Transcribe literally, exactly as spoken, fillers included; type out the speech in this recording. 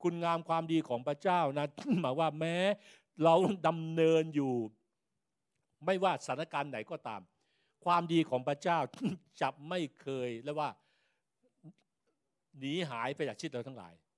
คุณงามความดีของพระเจ้านะ หมายว่าแม้เราดำเนินอยู่ไม่ว่าสถานการณ์ไหนก็ตามความดีของพระเจ้า จะไม่เคยและว่าหนีหายไปจากชีวิตเราทั้งหลาย